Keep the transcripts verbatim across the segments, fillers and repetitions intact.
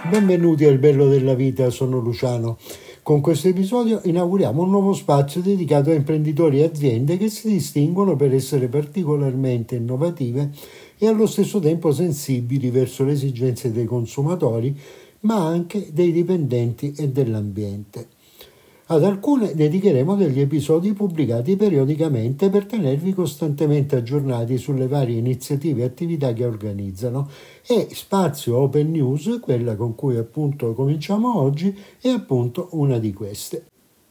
Benvenuti al Bello della Vita, sono Luciano. Con questo episodio inauguriamo un nuovo spazio dedicato a imprenditori e aziende che si distinguono per essere particolarmente innovative e allo stesso tempo sensibili verso le esigenze dei consumatori, ma anche dei dipendenti e dell'ambiente. Ad alcune dedicheremo degli episodi pubblicati periodicamente per tenervi costantemente aggiornati sulle varie iniziative e attività che organizzano, e Spazio Open News, quella con cui appunto cominciamo oggi, è appunto una di queste.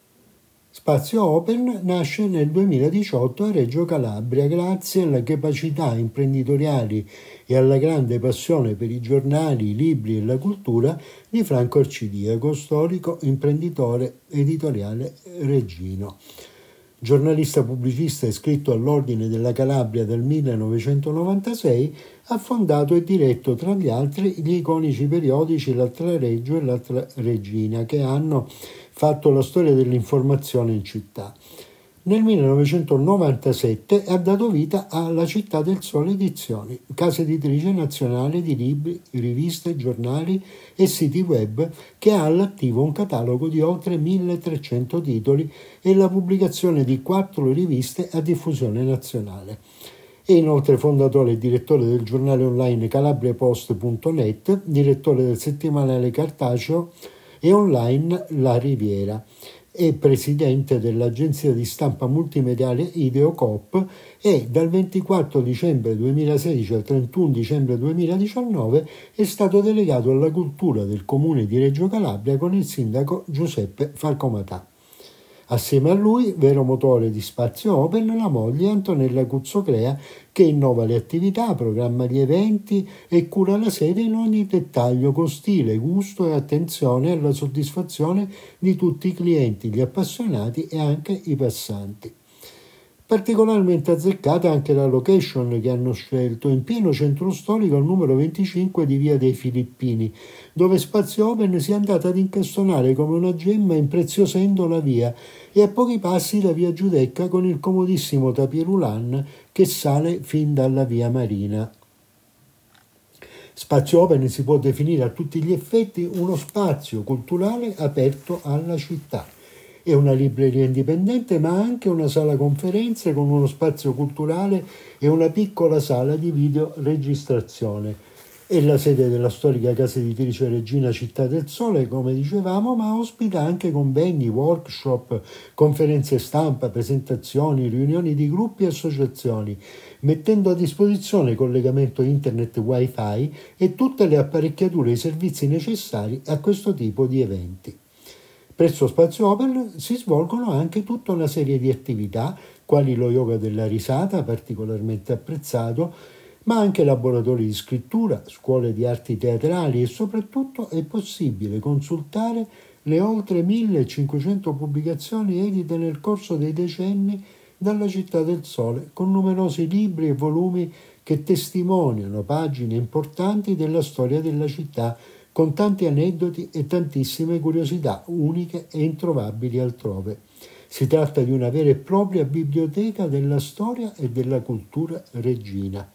Spazio Open nasce nel duemiladiciotto a Reggio Calabria grazie alle capacità imprenditoriali e alla grande passione per i giornali, i libri e la cultura di Franco Arcidiaco, storico imprenditore editoriale reggino. Giornalista pubblicista iscritto all'Ordine della Calabria dal millenovecentonovantasei, ha fondato e diretto tra gli altri gli iconici periodici L'Altra Reggio e L'Altra Regina, che hanno fatto la storia dell'informazione in città. Nel millenovecentonovantasette ha dato vita alla Città del Sole Edizioni, casa editrice nazionale di libri, riviste, giornali e siti web, che ha all'attivo un catalogo di oltre milletrecento titoli e la pubblicazione di quattro riviste a diffusione nazionale. È inoltre fondatore e direttore del giornale online calabriapost punto net, direttore del settimanale cartaceo e online La Riviera, è presidente dell'agenzia di stampa multimediale Ideocoop e dal ventiquattro dicembre duemilasedici al trentuno dicembre duemiladiciannove è stato delegato alla cultura del comune di Reggio Calabria con il sindaco Giuseppe Falcomatà. Assieme a lui, vero motore di Spazio Open, la moglie Antonella Cuzzocrea, che innova le attività, programma gli eventi e cura la sede in ogni dettaglio con stile, gusto e attenzione alla soddisfazione di tutti i clienti, gli appassionati e anche i passanti. Particolarmente azzeccata anche la location che hanno scelto, in pieno centro storico al numero venticinque di Via dei Filippini, dove Spazio Open si è andata ad incastonare come una gemma impreziosendo la via, e a pochi passi da Via Giudecca con il comodissimo tapirulan che sale fin dalla Via Marina. Spazio Open si può definire a tutti gli effetti uno spazio culturale aperto alla città. È una libreria indipendente, ma anche una sala conferenze con uno spazio culturale e una piccola sala di videoregistrazione. È la sede della storica casa editrice Regina Città del Sole, come dicevamo, ma ospita anche convegni, workshop, conferenze stampa, presentazioni, riunioni di gruppi e associazioni, mettendo a disposizione collegamento internet wifi e tutte le apparecchiature e i servizi necessari a questo tipo di eventi. Presso Spazio Open si svolgono anche tutta una serie di attività, quali lo yoga della risata, particolarmente apprezzato, ma anche laboratori di scrittura, scuole di arti teatrali, e soprattutto è possibile consultare le oltre millecinquecento pubblicazioni edite nel corso dei decenni dalla Città del Sole, con numerosi libri e volumi che testimoniano pagine importanti della storia della città, con tanti aneddoti e tantissime curiosità uniche e introvabili altrove. Si tratta di una vera e propria biblioteca della storia e della cultura reggina.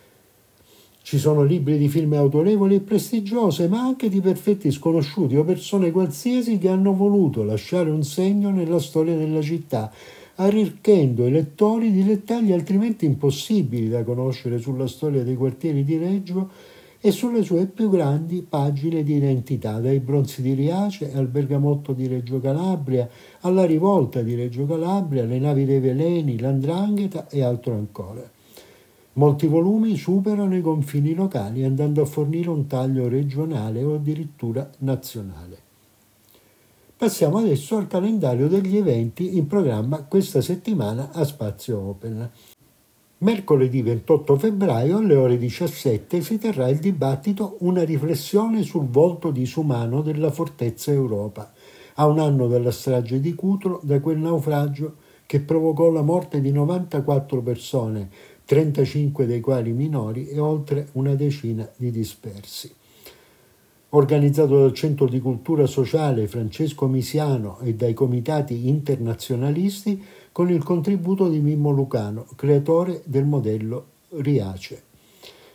Ci sono libri di firme autorevoli e prestigiose, ma anche di perfetti sconosciuti o persone qualsiasi che hanno voluto lasciare un segno nella storia della città, arricchendo i lettori di dettagli altrimenti impossibili da conoscere sulla storia dei quartieri di Reggio e sulle sue più grandi pagine di identità, dai bronzi di Riace al bergamotto di Reggio Calabria, alla rivolta di Reggio Calabria, le navi dei veleni, l'Andrangheta e altro ancora. Molti volumi superano i confini locali, andando a fornire un taglio regionale o addirittura nazionale. Passiamo adesso al calendario degli eventi in programma questa settimana a Spazio Open. Mercoledì ventotto febbraio alle ore diciassette si terrà il dibattito Una riflessione sul volto disumano della Fortezza Europa, a un anno dalla strage di Cutro, da quel naufragio che provocò la morte di novantaquattro persone, trentacinque dei quali minori, e oltre una decina di dispersi. Organizzato dal Centro di Cultura Sociale Francesco Misiano e dai comitati internazionalisti, con il contributo di Mimmo Lucano, creatore del modello Riace.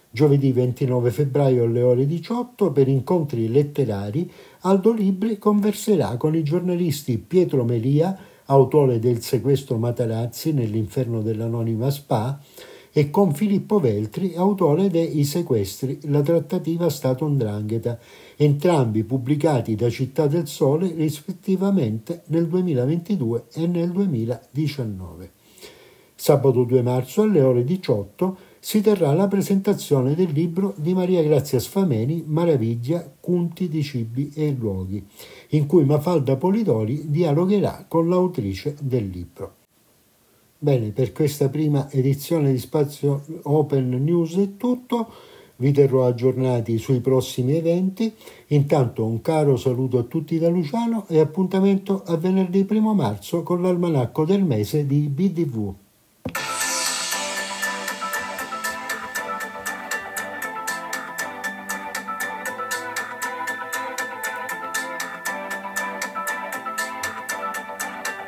Giovedì ventinove febbraio alle ore diciotto per incontri letterari Aldo Libri converserà con i giornalisti Pietro Melia, autore del Sequestro Matarazzi nell'inferno dell'anonima Spa, e con Filippo Veltri, autore de I sequestri, la trattativa Stato-Ndrangheta, entrambi pubblicati da Città del Sole rispettivamente nel duemilaventidue e nel duemiladiciannove. Sabato due marzo alle ore diciotto si terrà la presentazione del libro di Maria Grazia Sfameni, Maraviglia, Cunti di cibi e luoghi, in cui Mafalda Polidori dialogherà con l'autrice del libro. Bene, per questa prima edizione di Spazio Open News è tutto. Vi terrò aggiornati sui prossimi eventi. Intanto un caro saluto a tutti da Luciano e appuntamento a venerdì primo marzo con l'almanacco del mese di B D V.